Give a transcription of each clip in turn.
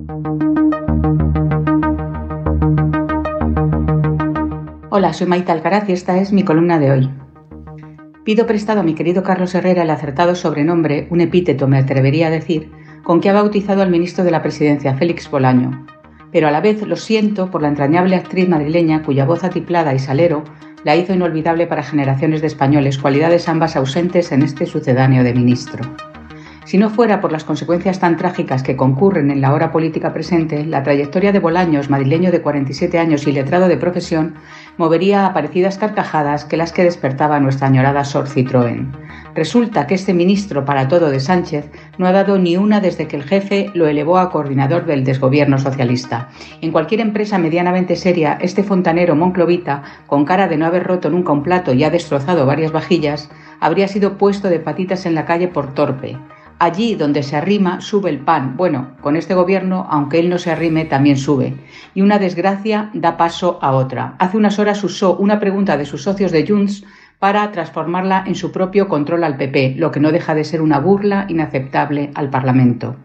Hola, soy Maite Alcaraz y esta es mi columna de hoy. Pido prestado a mi querido Carlos Herrera el acertado sobrenombre, un epíteto me atrevería a decir, con que ha bautizado al ministro de la Presidencia, Félix Bolaño. Pero a la vez lo siento por la entrañable actriz madrileña cuya voz atiplada y salero la hizo inolvidable para generaciones de españoles, cualidades ambas ausentes en este sucedáneo de ministro. Si no fuera por las consecuencias tan trágicas que concurren en la hora política presente, la trayectoria de Bolaños, madrileño de 47 años y letrado de profesión, movería a parecidas carcajadas que las que despertaba nuestra añorada Sor Citroën. Resulta que este ministro para todo de Sánchez no ha dado ni una desde que el jefe lo elevó a coordinador del desgobierno socialista. En cualquier empresa medianamente seria, este fontanero monclovita, con cara de no haber roto nunca un plato y ha destrozado varias vajillas, habría sido puesto de patitas en la calle por torpe. Allí donde se arrima, sube el pan. Bueno, con este gobierno, aunque él no se arrime, también sube. Y una desgracia da paso a otra. Hace unas horas usó una pregunta de sus socios de Junts para transformarla en su propio control al PP, lo que no deja de ser una burla inaceptable al Parlamento.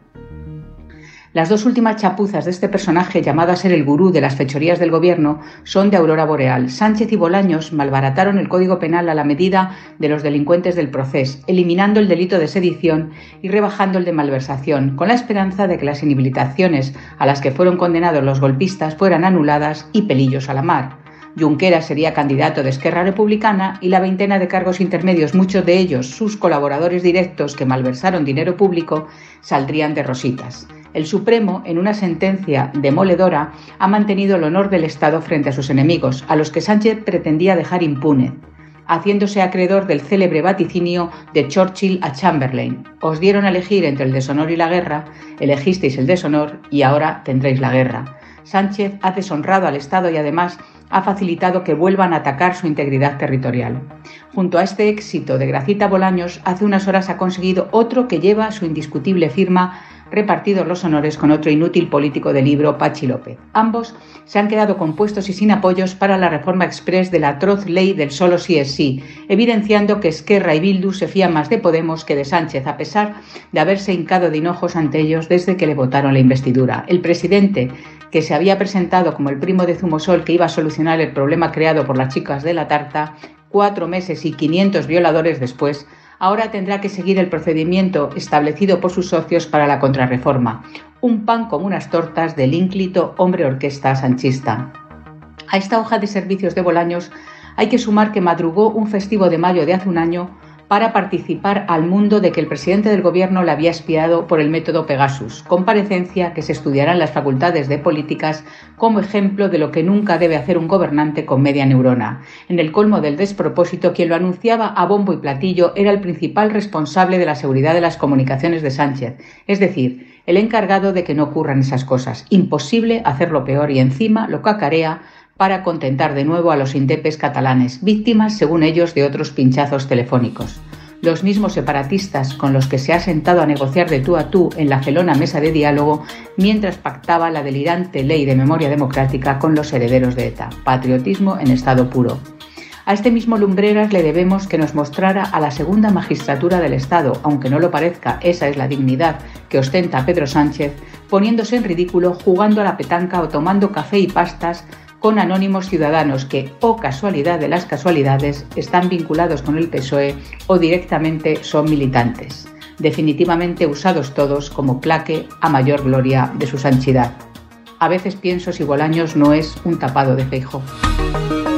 Las dos últimas chapuzas de este personaje, llamado a ser el gurú de las fechorías del gobierno, son de aurora boreal. Sánchez y Bolaños malbarataron el Código Penal a la medida de los delincuentes del Procés, eliminando el delito de sedición y rebajando el de malversación, con la esperanza de que las inhabilitaciones a las que fueron condenados los golpistas fueran anuladas y pelillos a la mar. Junqueras sería candidato de Esquerra Republicana y la veintena de cargos intermedios, muchos de ellos sus colaboradores directos que malversaron dinero público, saldrían de rositas. El Supremo, en una sentencia demoledora, ha mantenido el honor del Estado frente a sus enemigos, a los que Sánchez pretendía dejar impune, haciéndose acreedor del célebre vaticinio de Churchill a Chamberlain. Os dieron a elegir entre el deshonor y la guerra, elegisteis el deshonor y ahora tendréis la guerra. Sánchez ha deshonrado al Estado y además ha facilitado que vuelvan a atacar su integridad territorial. Junto a este éxito de Gracita Bolaños, hace unas horas ha conseguido otro que lleva su indiscutible firma, repartidos los honores con otro inútil político de libro, Pachi López. Ambos se han quedado compuestos y sin apoyos para la reforma exprés de la atroz ley del solo sí es sí, evidenciando que Esquerra y Bildu se fían más de Podemos que de Sánchez, a pesar de haberse hincado de hinojos ante ellos desde que le votaron la investidura. El presidente, que se había presentado como el primo de Zumosol que iba a solucionar el problema creado por las chicas de la tarta, 4 meses y 500 violadores después, ahora tendrá que seguir el procedimiento establecido por sus socios para la contrarreforma, un pan como unas tortas del ínclito hombre orquesta sanchista. A esta hoja de servicios de Bolaños hay que sumar que madrugó un festivo de mayo de hace un año para participar al mundo de que el presidente del gobierno le había espiado por el método Pegasus, comparecencia que se estudiará en las facultades de políticas como ejemplo de lo que nunca debe hacer un gobernante con media neurona. En el colmo del despropósito, quien lo anunciaba a bombo y platillo era el principal responsable de la seguridad de las comunicaciones de Sánchez, es decir, el encargado de que no ocurran esas cosas. Imposible hacerlo peor y encima lo cacarea para contentar de nuevo a los indepes catalanes, víctimas, según ellos, de otros pinchazos telefónicos. Los mismos separatistas con los que se ha sentado a negociar de tú a tú en la felona mesa de diálogo mientras pactaba la delirante ley de memoria democrática con los herederos de ETA. Patriotismo en estado puro. A este mismo Lumbreras le debemos que nos mostrara a la segunda magistratura del Estado, aunque no lo parezca, esa es la dignidad que ostenta Pedro Sánchez, poniéndose en ridículo, jugando a la petanca o tomando café y pastas con anónimos ciudadanos que, oh casualidad de las casualidades, están vinculados con el PSOE o directamente son militantes, definitivamente usados todos como plaque a mayor gloria de su sanchidad. A veces pienso si Bolaños no es un tapado de Feijóo.